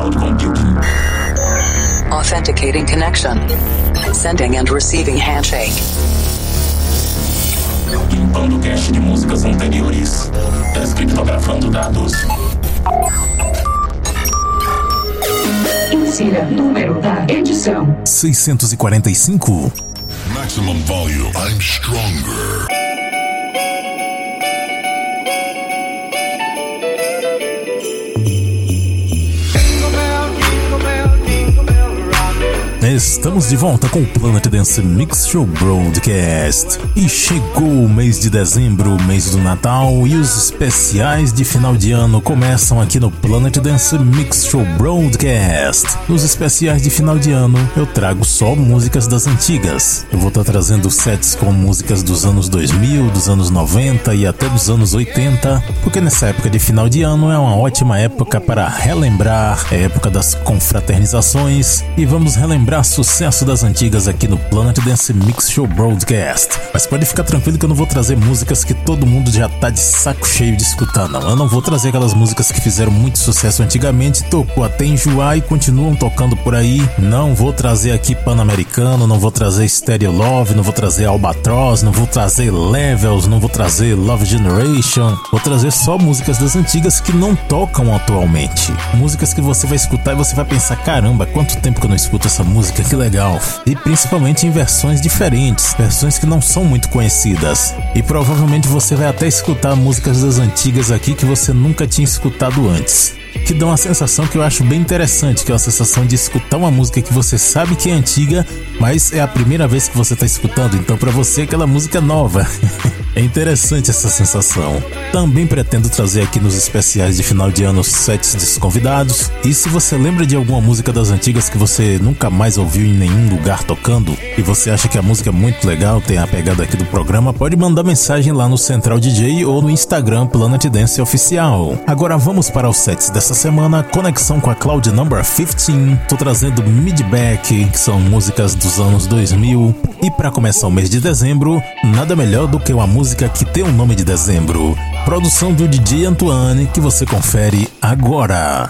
Cloud Computing. Authenticating connection. Sending and receiving handshake. Limpando cache de músicas anteriores. Descriptografando dados. Insira número da edição 645. Maximum volume. I'm stronger. Estamos de volta com o Planet Dance Mix Show Broadcast. E chegou o mês de dezembro, mês do Natal, e os especiais de final de ano começam aqui no Planet Dance Mix Show Broadcast. Nos especiais de final de ano eu trago só músicas das antigas. Eu vou estar trazendo sets com músicas dos anos 2000, dos anos 90 e até dos anos 80, porque nessa época de final de ano é uma ótima época para relembrar, é a época das confraternizações, e vamos relembrar sucesso das antigas aqui no Planet Dance Mix Show Broadcast. Mas pode ficar tranquilo que eu não vou trazer músicas que todo mundo já tá de saco cheio de escutar, não. Eu não vou trazer aquelas músicas que fizeram muito sucesso antigamente, tocou até enjoar e continuam tocando por aí. Não vou trazer aqui Pan-Americano, não vou trazer Stereo Love, não vou trazer Albatross, não vou trazer Levels, não vou trazer Love Generation. Vou trazer só músicas das antigas que não tocam atualmente. Músicas que você vai escutar e você vai pensar, caramba, quanto tempo que eu não escuto essa música, que legal. E principalmente em versões diferentes, versões que não são muito conhecidas. E provavelmente você vai até escutar músicas das antigas aqui que você nunca tinha escutado antes, que dão uma sensação que eu acho bem interessante, que é a sensação de escutar uma música que você sabe que é antiga, mas é a primeira vez que você está escutando, então para você aquela música é nova. É interessante essa sensação. Também pretendo trazer aqui nos especiais de final de ano sets de convidados, e se você lembra de alguma música das antigas que você nunca mais ouviu em nenhum lugar tocando, e você acha que a música é muito legal, tem a pegada aqui do programa, pode mandar mensagem lá no Central DJ ou no Instagram Planet Dance Oficial. Agora vamos para os sets dessa semana, conexão com a Cloud Number 15, tô trazendo Midback, que são músicas dos anos 2000, e para começar o mês de dezembro, nada melhor do que uma música que tem o nome de dezembro, produção do DJ Antoine, que você confere agora.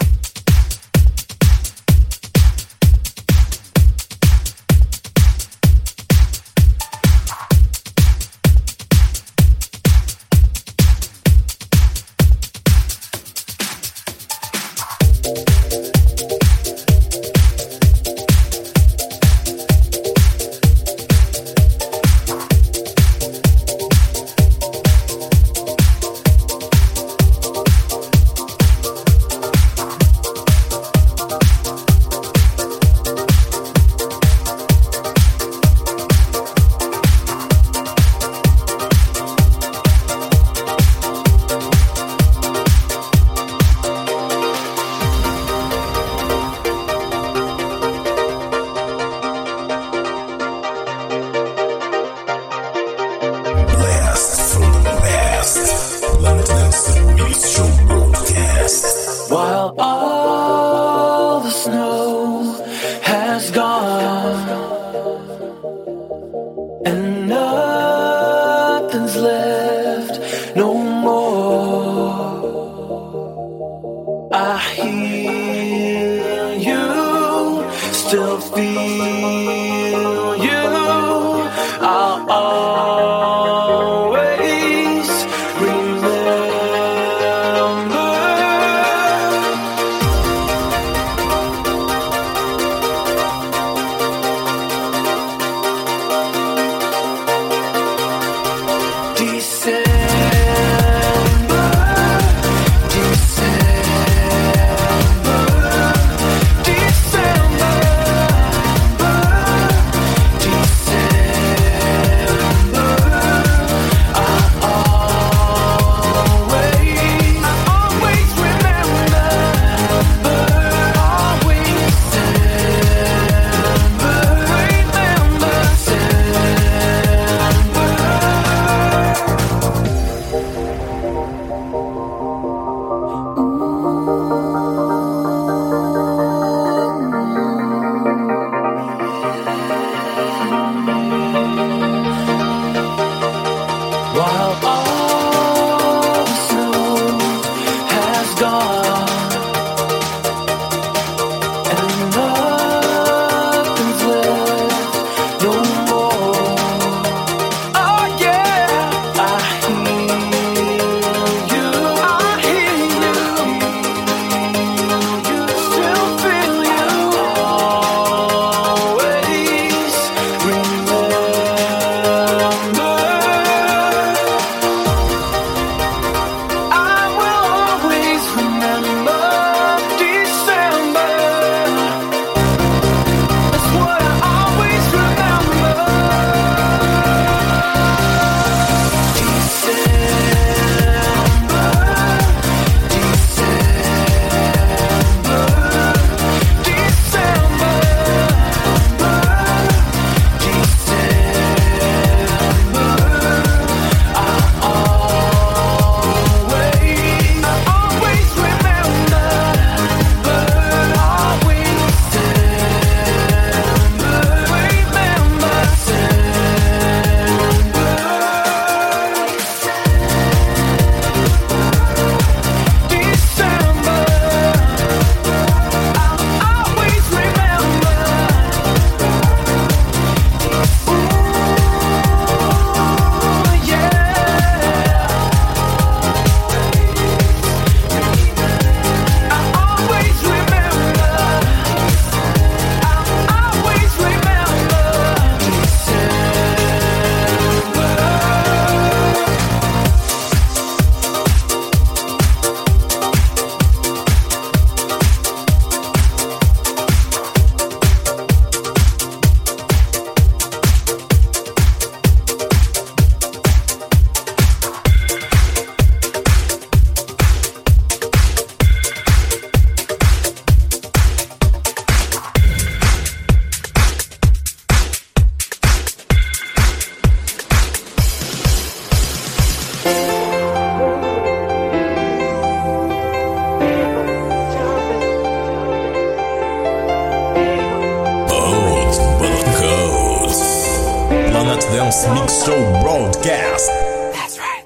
Dance Mix Show Broadcast. That's right.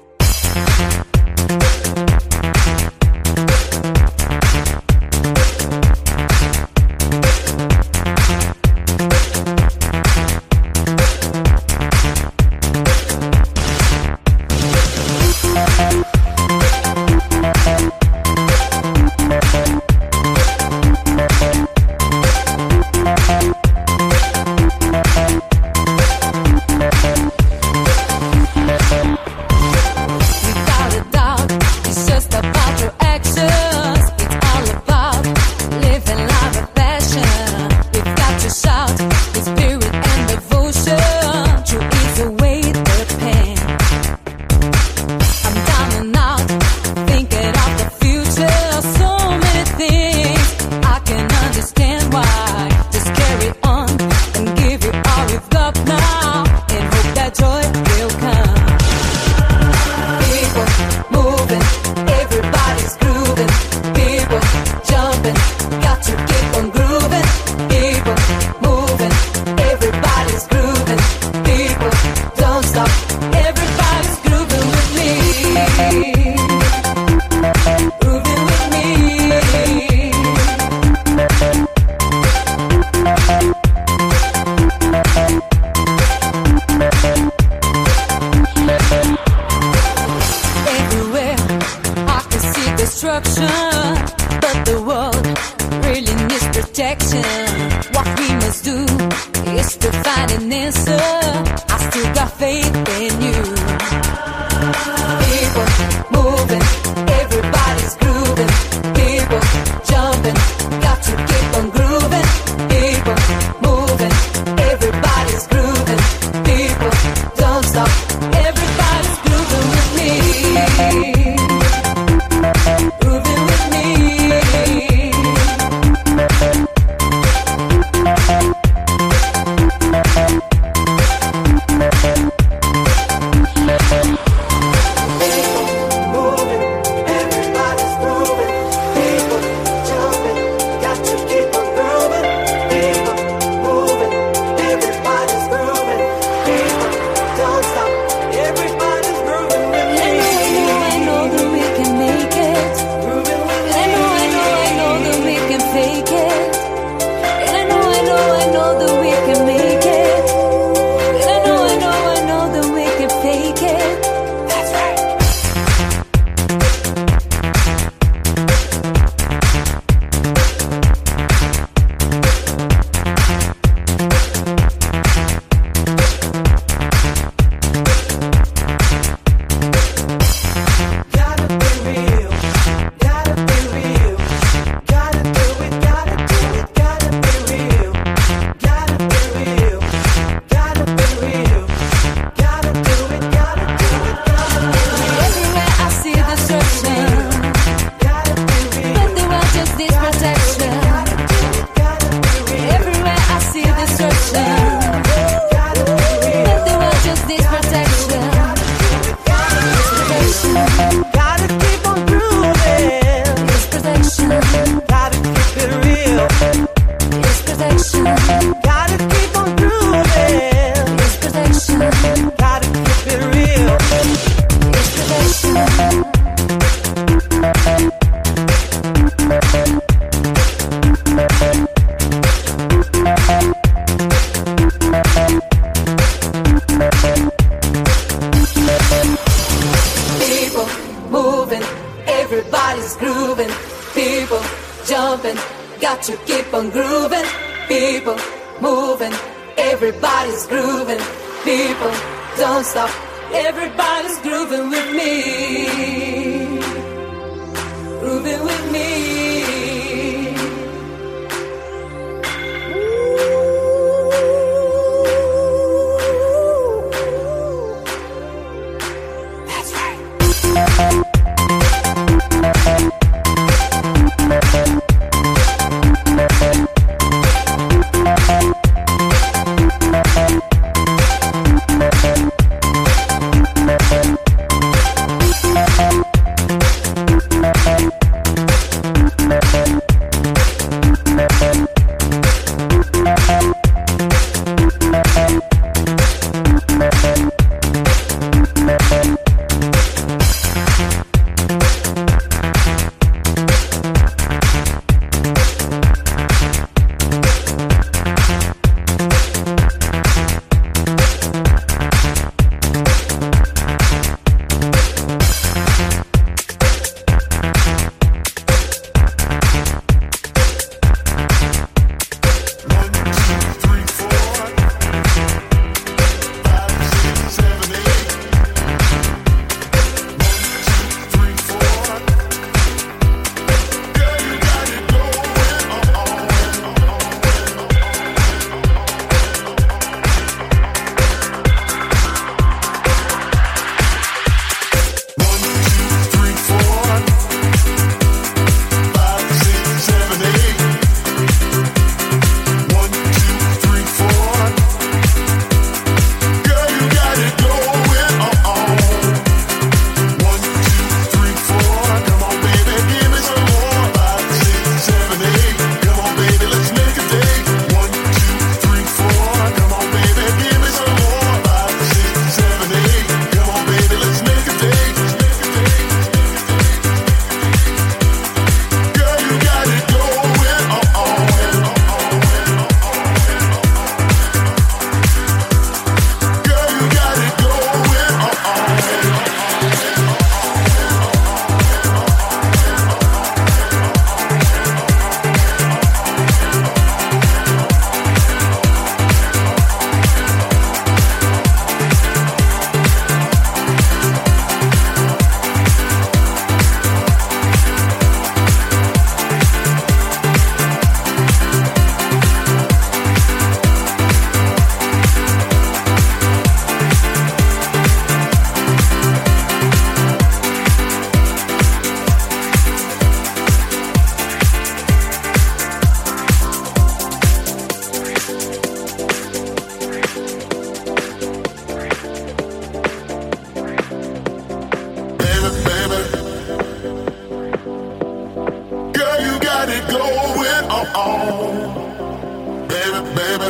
got it going on. Baby, baby.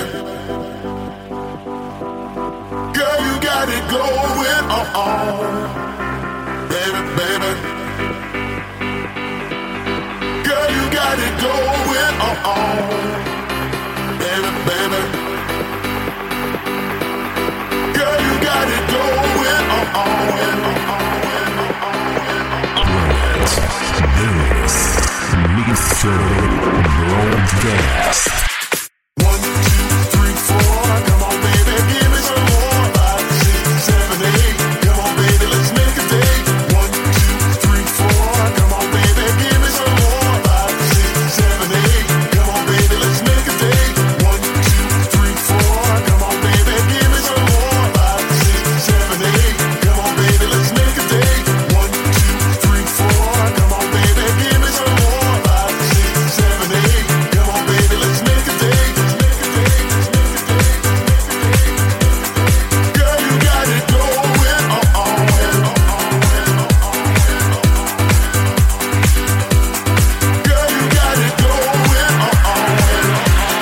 Girl, you got it going on. Baby, baby. Girl, you got it going on. Baby, baby. Girl, you got it going on. This Mixture Broadcast. 1, 2, 3, 4. Come on, baby, give me some more. 5, 6, 7, 8. Come on, baby, let's make a date. 1, 2, 3, 4. Come on, baby, give me some more. 5, 6, 7, 8. Come on, baby, let's make a date. 1, 2, 3, 4. Come on, baby, give me some more. 5, 6, 7, 8. Come on, baby, let's make a date. 1, 2, 3, 4. Come on, baby, give me some more. 5, 6, 7, 8. Come on, baby, let's make a date. Girl, you got it going on. Girl, you got it going on.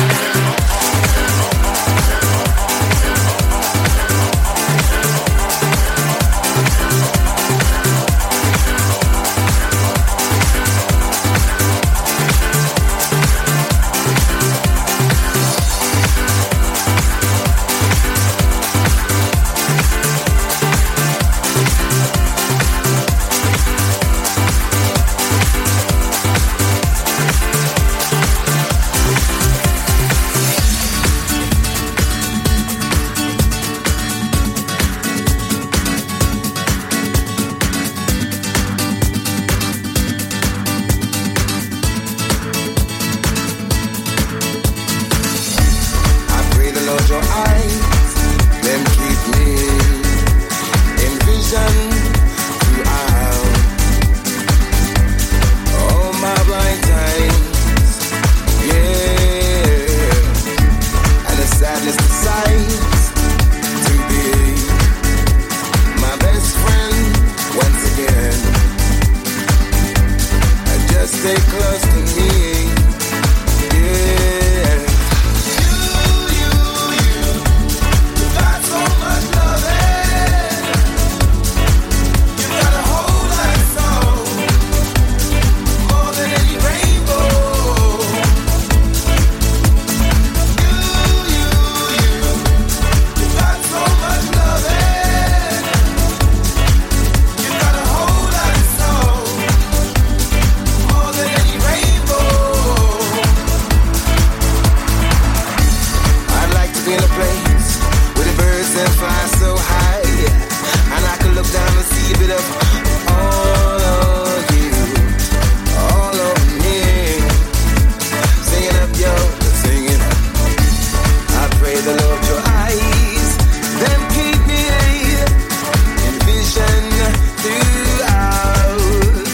I pray the Lord your eyes, them keep me in vision throughout all my blind times, yeah. And the sadness decides to be my best friend once again. And just stay close to me, yeah. Got so much loving. You got a whole lot of soul, more than any rainbow. You got so much loving. You got a whole lot of soul, more than any rainbow. I'd like to be in a place where the birds and fly so high, and I can look down and see a bit of all of you, all of me. Singing up, yo, singing up. I pray the Lord your eyes, then keep me in vision throughout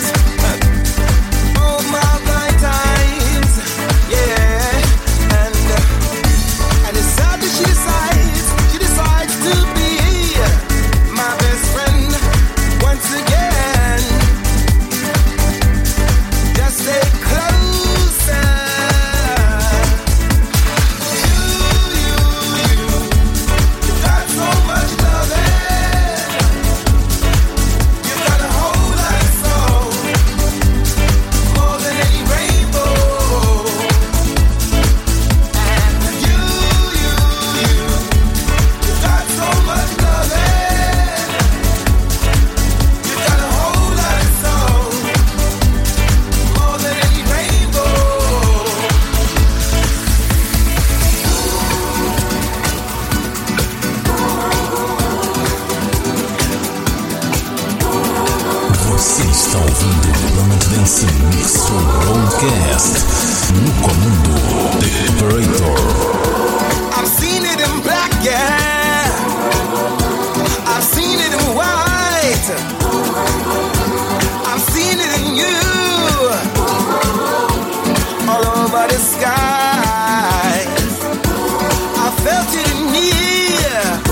all my blind times, yeah. And it's sad that she decides to be my best friend once again. Just stay closer. You got so much loving. You got a whole lot of soul, more than any rainbow. And you got so much loving. You got a whole lot of soul, more than any rainbow. Você está ouvindo o Planet Dance Mixture Broadcast no comando The Operator. I've seen it in black, yeah. I've seen it in white. I've seen it in you. All over the sky. I felt it in me.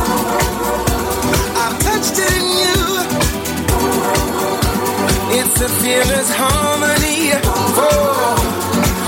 I've touched it in you. It's a fearless harmony. Oh,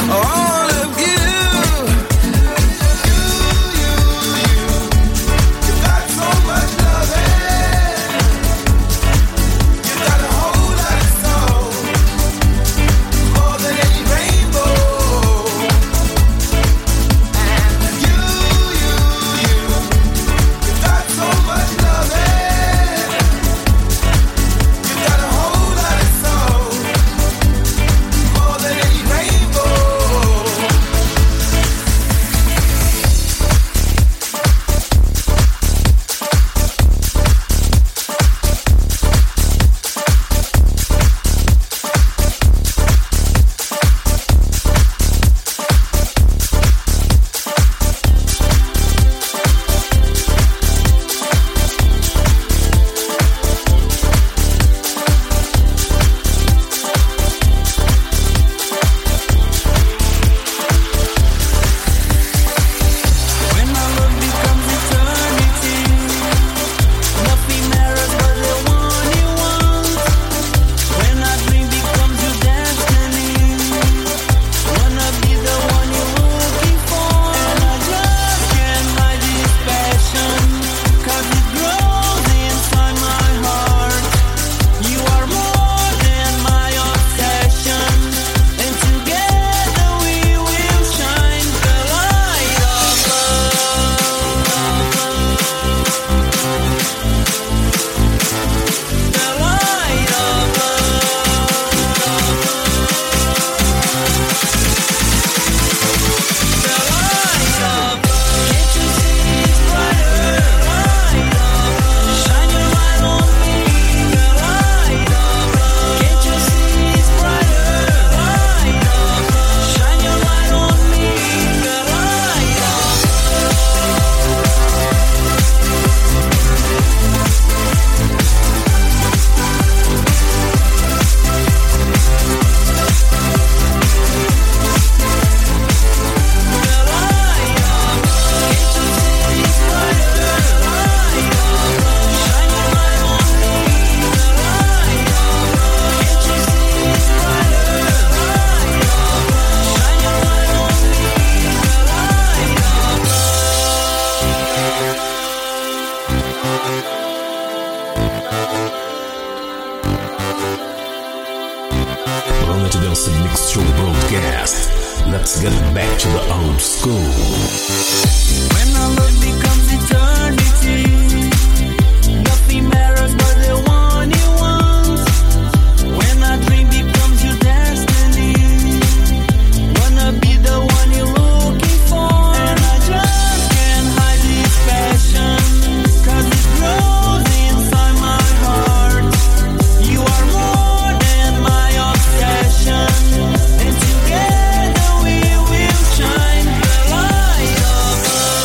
Dance Mix Show broadcast. Let's get back to the old school. When our love becomes eternity, nothing matters but the one you want. When our dream becomes your destiny, wanna be the one you're looking for. And I just can't hide this passion, 'cause it grows inside my heart. You are more than my obsession, and together we will shine the light of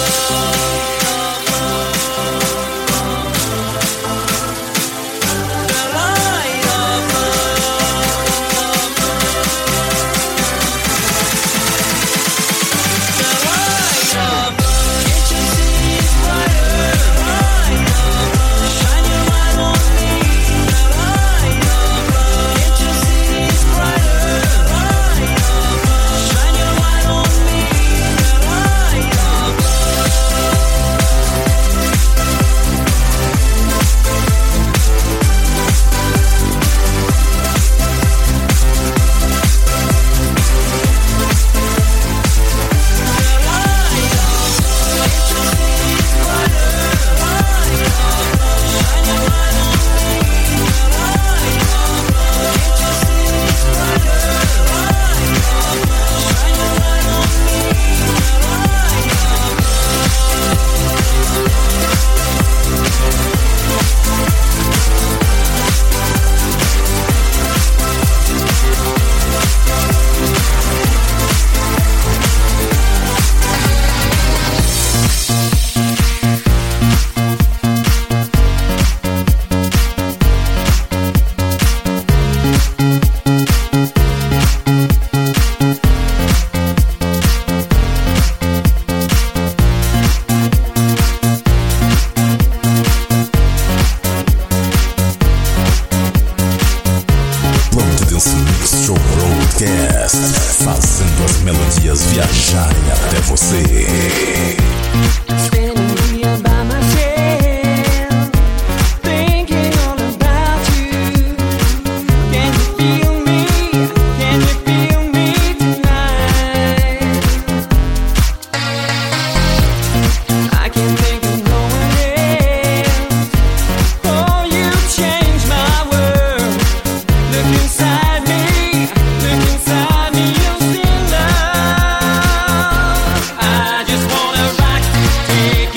fazendo as melodias viajarem até você. Take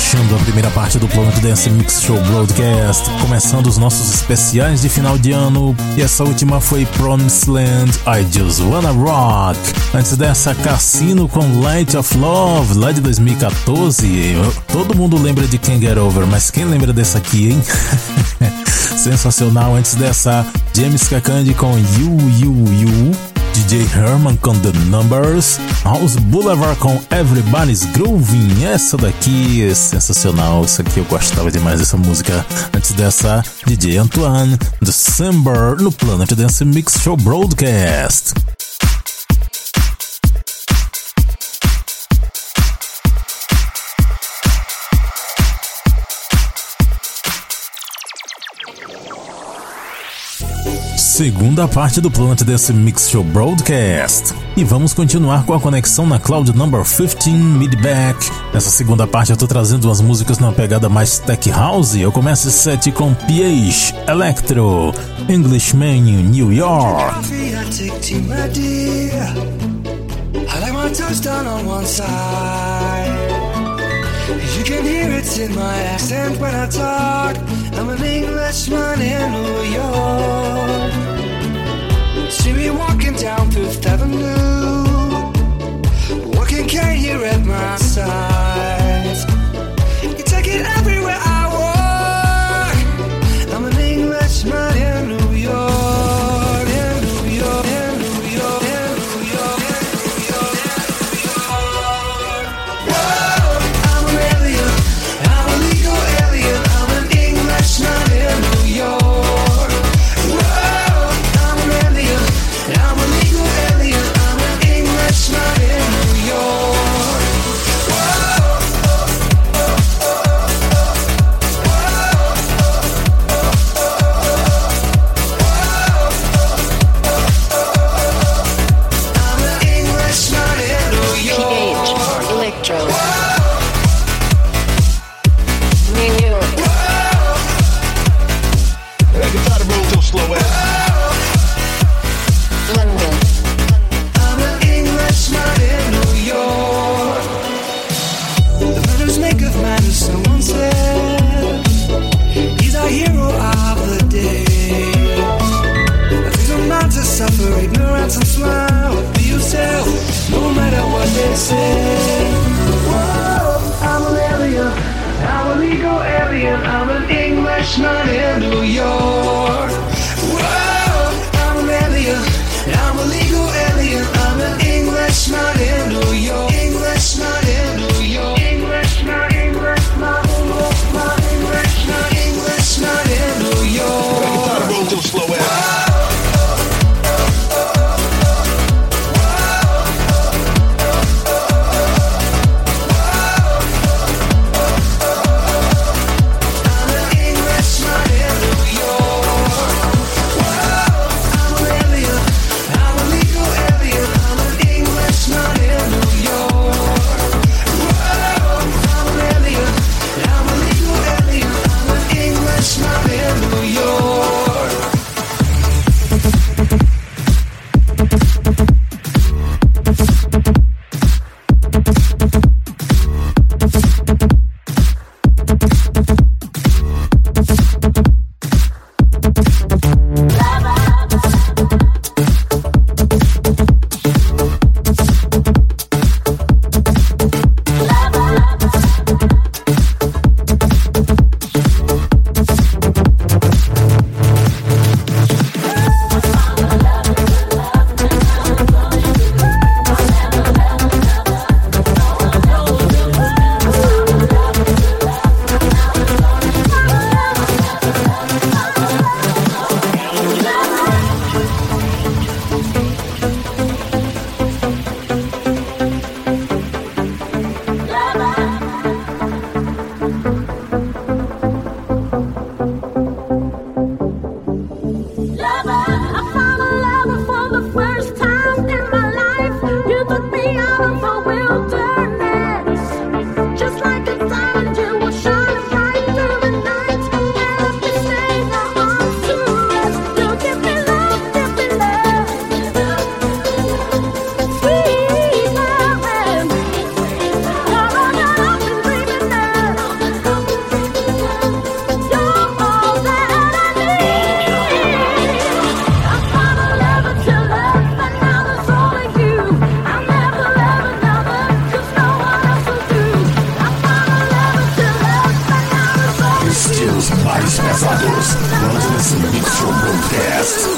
fechando a primeira parte do Planet Dance Mix Show Broadcast, começando os nossos especiais de final de ano, e essa última foi Promised Land, I Just Wanna Rock. Antes dessa, Cassino com Light of Love, lá de 2014. Todo mundo lembra de Can't Get Over, mas quem lembra dessa aqui, hein? Sensacional. Antes dessa, James Kakandi com You, DJ Herman com The Numbers, House Boulevard com Everybody's Grooving. Essa daqui é sensacional, isso aqui eu gostava demais dessa música. Antes dessa, DJ Antoine, December, no Planet Dance Mix Show Broadcast. Segunda parte do Planet Dance Mix Show Broadcast. E vamos continuar com a conexão na Cloud Number 15 Midback. Nessa segunda parte eu tô trazendo umas músicas numa pegada mais tech house. Eu começo esse set com PH, Electro, Englishman, New York. You can hear it in my accent when I talk. I'm an Englishman in New York. See me walking down Fifth Avenue, walking cane here at my side. You take it everywhere I walk. I'm an Englishman in New York, in New York, in New York, in New York, in New York, in New York. Whoa, I'm an alien, I'm a legal alien. I'm an Englishman in New York. Whoa, I'm an alien, I'm a legal alien. I'm an Englishman in New York. Whoa, I'm an Englishman in New York. PH, Electro, New York, London, I'm an Englishman in New York. The murders make of man, as someone said. He's our hero of the day. I think I'm not to suffer ignorance and smile. Be yourself, no matter what they say. Whoa, I'm an alien, I'm a legal alien. I'm an Englishman in New York. Whoa, I'm an alien, I'm a legal alien. I'm an Englishman in New York. Englishman in New York. Englishman, Englishman, Englishman, Englishman, Englishman in New York. I'm an Englishman in New York. Broadcast.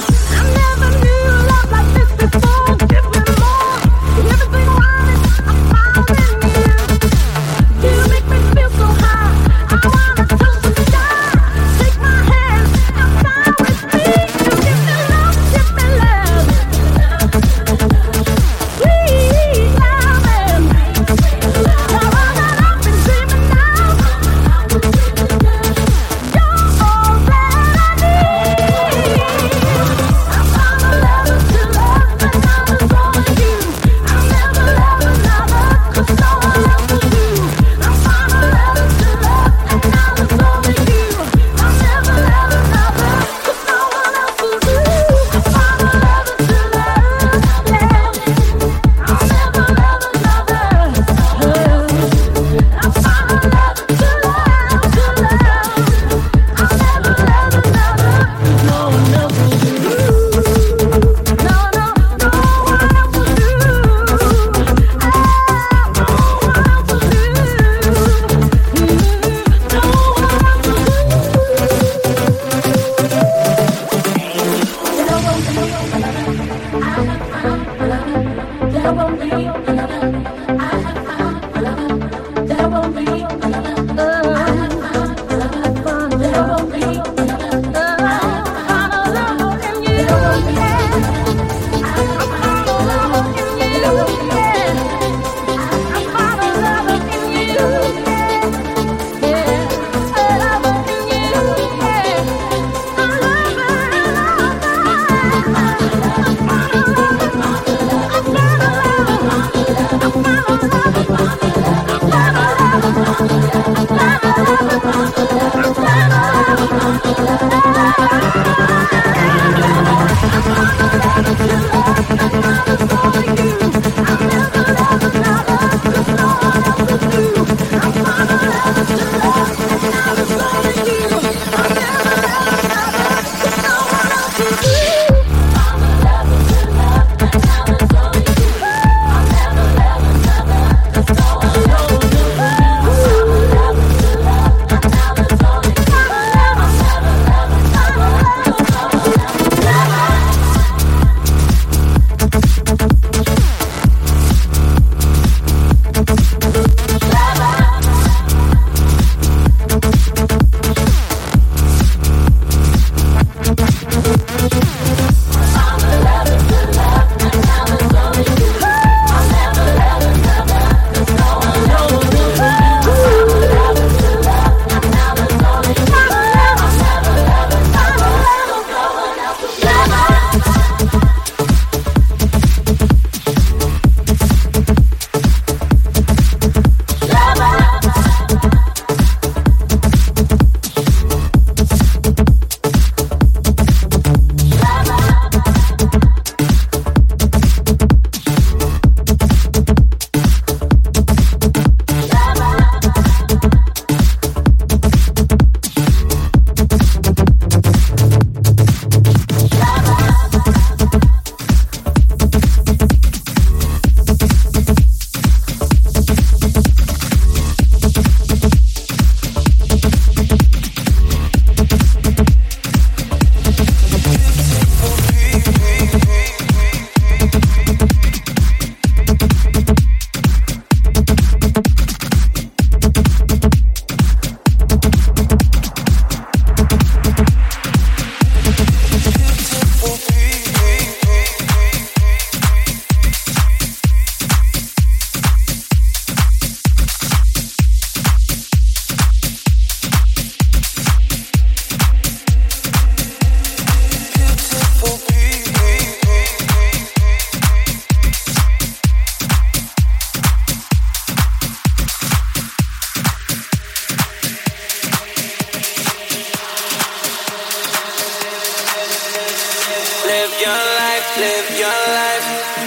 live your life.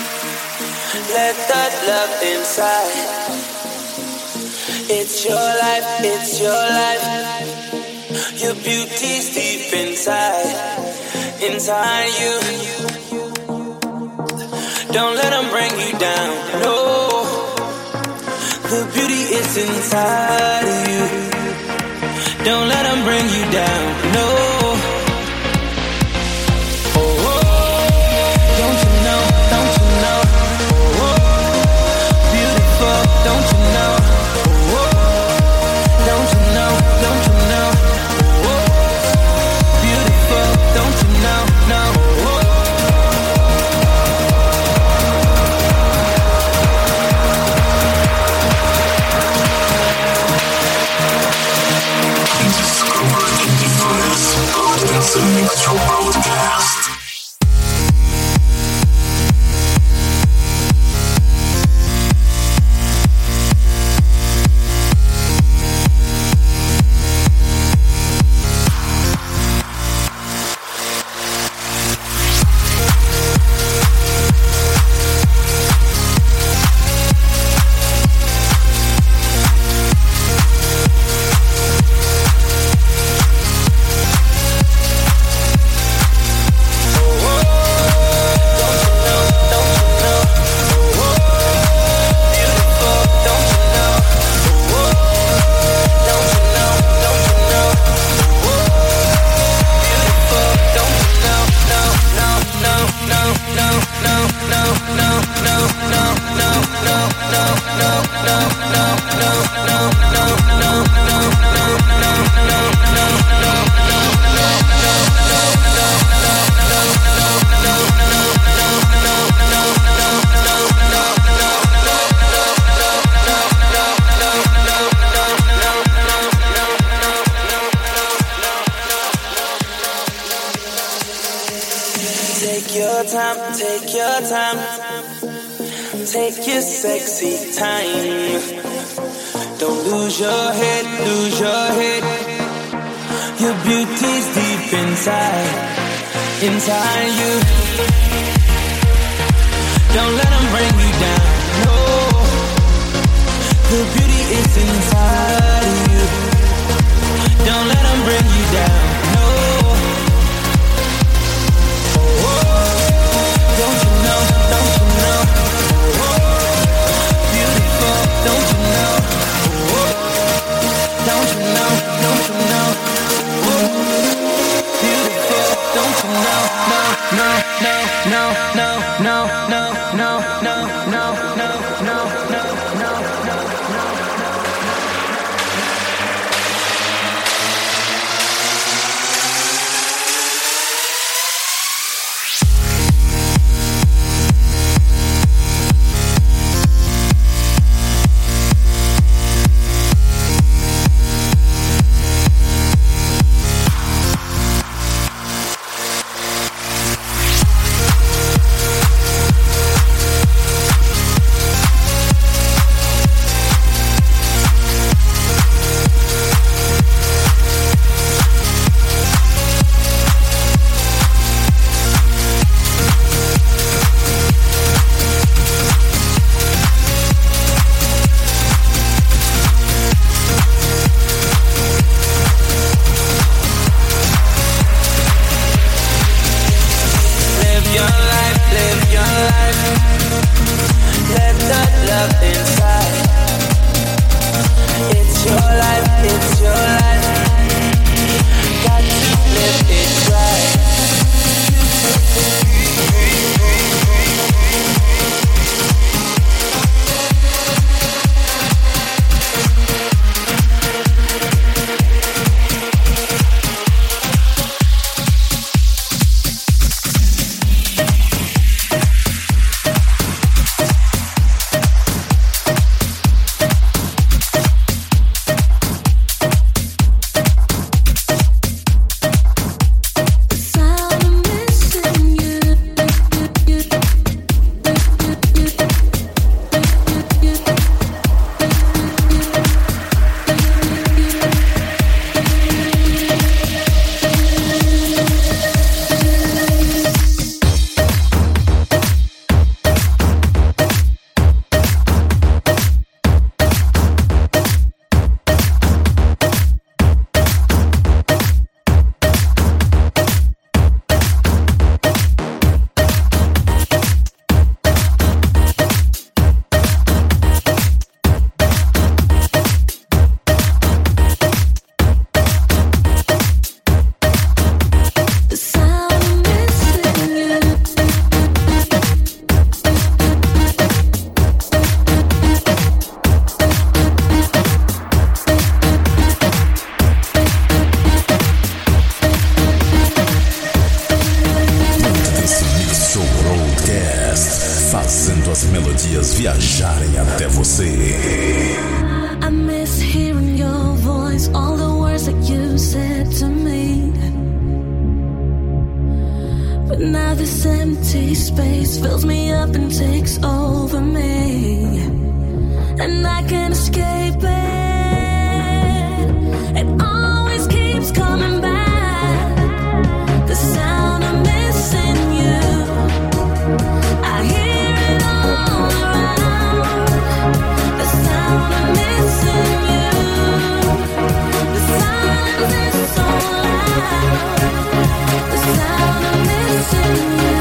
Let that love inside. It's your life, it's your life. Your beauty's deep inside, inside you. Don't let them bring you down, no. The beauty is inside of you. Don't let them bring you down, no. take your time, take your sexy time. Don't lose your head, lose your head. Your beauty's deep inside you. Don't let them bring you down, no. The beauty is inside of you. Don't let them bring you down, no. Don't you know, beautiful, don't you know, don't you know, beautiful, don't you know, no. fazendo as melodias viajarem até você. I miss hearing your voice, all the words that you said to me. But now this empty space fills me up and takes over me, and I can't escape it. It always keeps coming back, the sound of missing you. I hear it all around, the sound of missing you. The silence is so loud, the sound of missing you.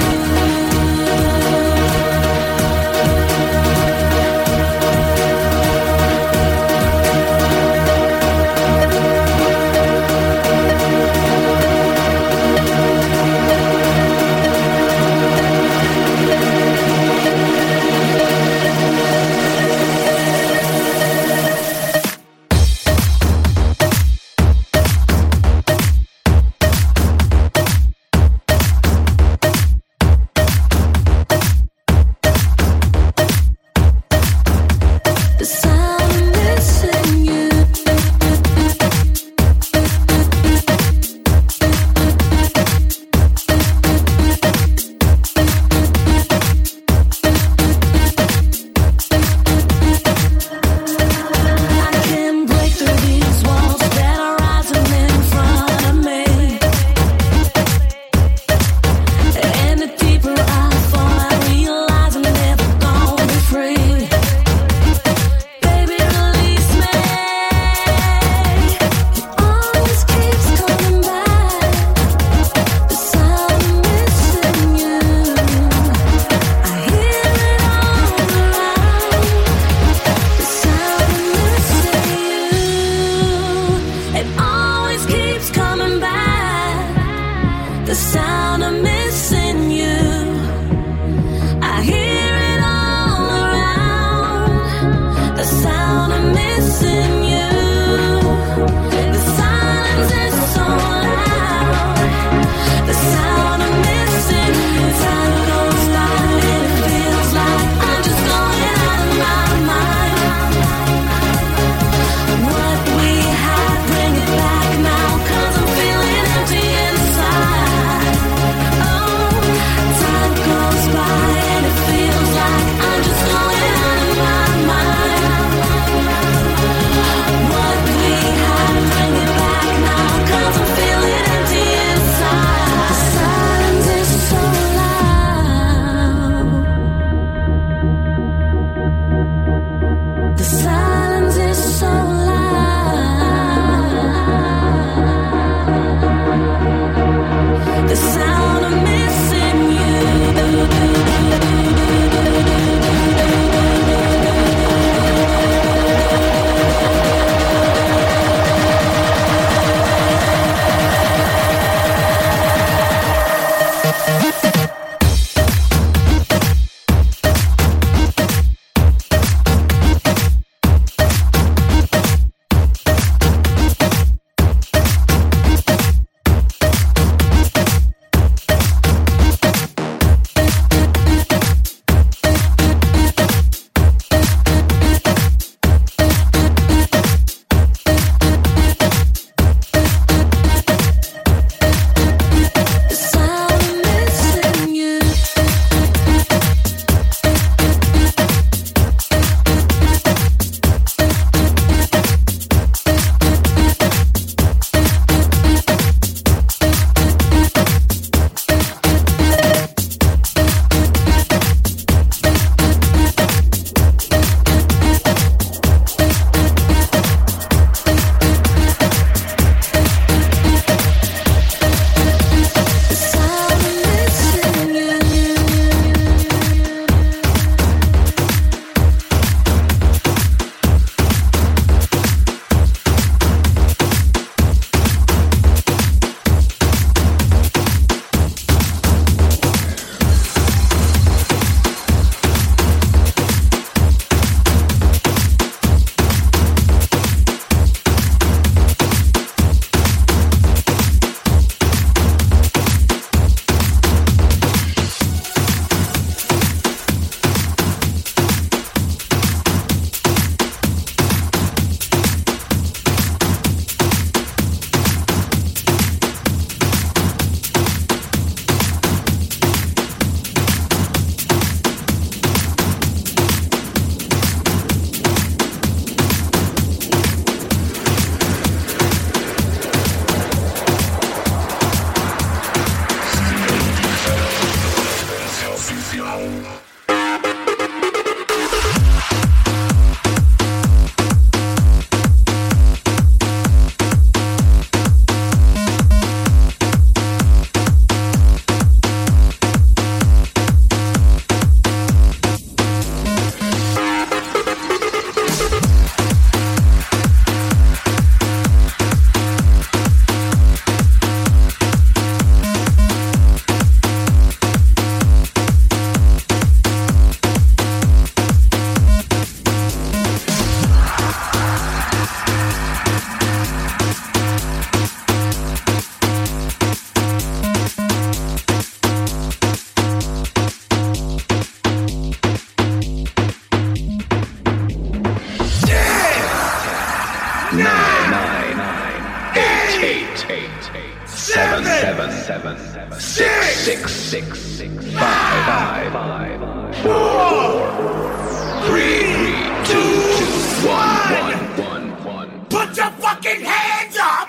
Put your fucking hands up!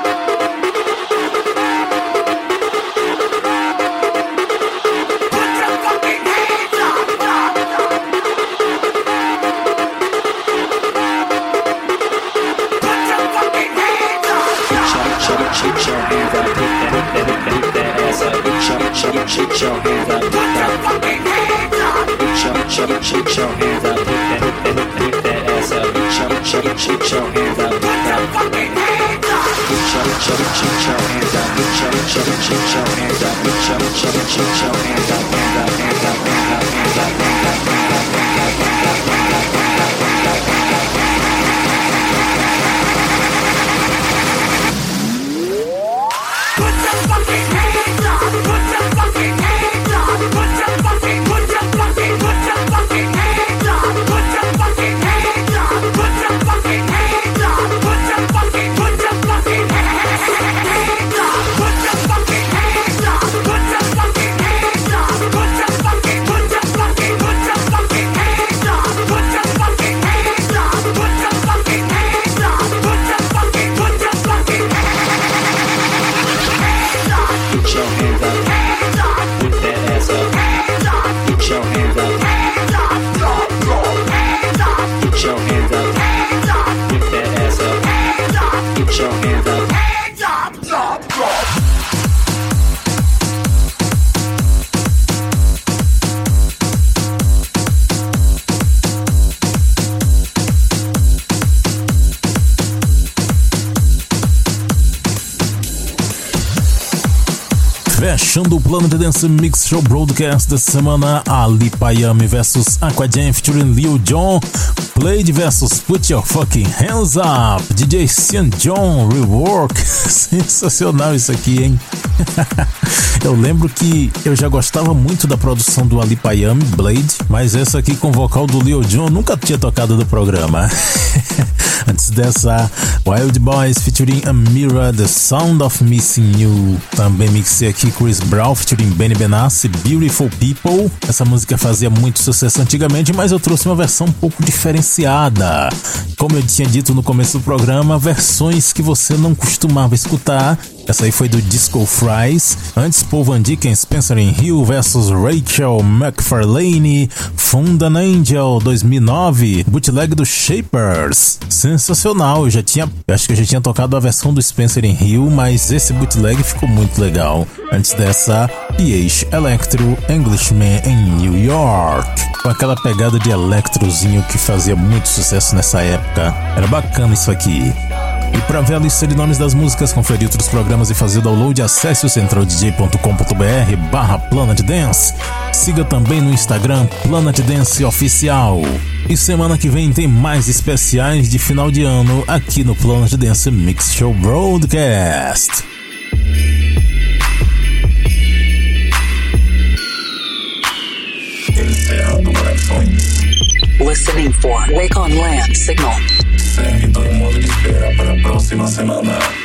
Put your hands up, put that ass up. Put your hands up, put your fucking hands up. Put your hands up, put that ass up. Put your hands up, put your hands up. Put your hands up, put your hands up. Put your hands up, put your hands up. Put your hands up, hands up, hands up, hands up, hands up. Fechando o Planet Dance Mix Show Broadcast dessa semana, Ali Payami vs Aqua Jam featuring Lil Jon, Played vs Put Your Fucking Hands Up, DJ Sean John Rework. Sensacional isso aqui, hein? Eu lembro que eu já gostava muito da produção do Ali Payami, Blade, mas essa aqui com vocal do Lil Jon nunca tinha tocado do programa. Antes dessa, Wild Boys featuring Amira, The Sound of Missing You. Também mixei aqui Chris Brown featuring Benny Benassi, Beautiful People. Essa música fazia muito sucesso antigamente, mas eu trouxe uma versão um pouco diferenciada. Como eu tinha dito no começo do programa, versões que você não costumava escutar. Essa aí foi do Disco Fries. Antes, Paul Van Dyk, Spencer Hill vs Rachel McFarlane, Funda Angel 2009, bootleg do Shapers. Sensacional, eu acho que eu já tinha tocado a versão do Spencer Hill, mas esse bootleg ficou muito legal. Antes dessa, PH Electro, Englishman em New York, com aquela pegada de electrozinho que fazia muito sucesso nessa época. Era bacana isso aqui. E para ver a lista de nomes das músicas, conferir outros programas e fazer o download, acesse o centraldj.com.br/Planet Dance. Siga também no Instagram Planet Dance Oficial. E semana que vem tem mais especiais de final de ano aqui no Planet Dance Mix Show Broadcast. Encerrando corações. Listening for Wake on Land signal. Servidor em modo de espera para a próxima semana.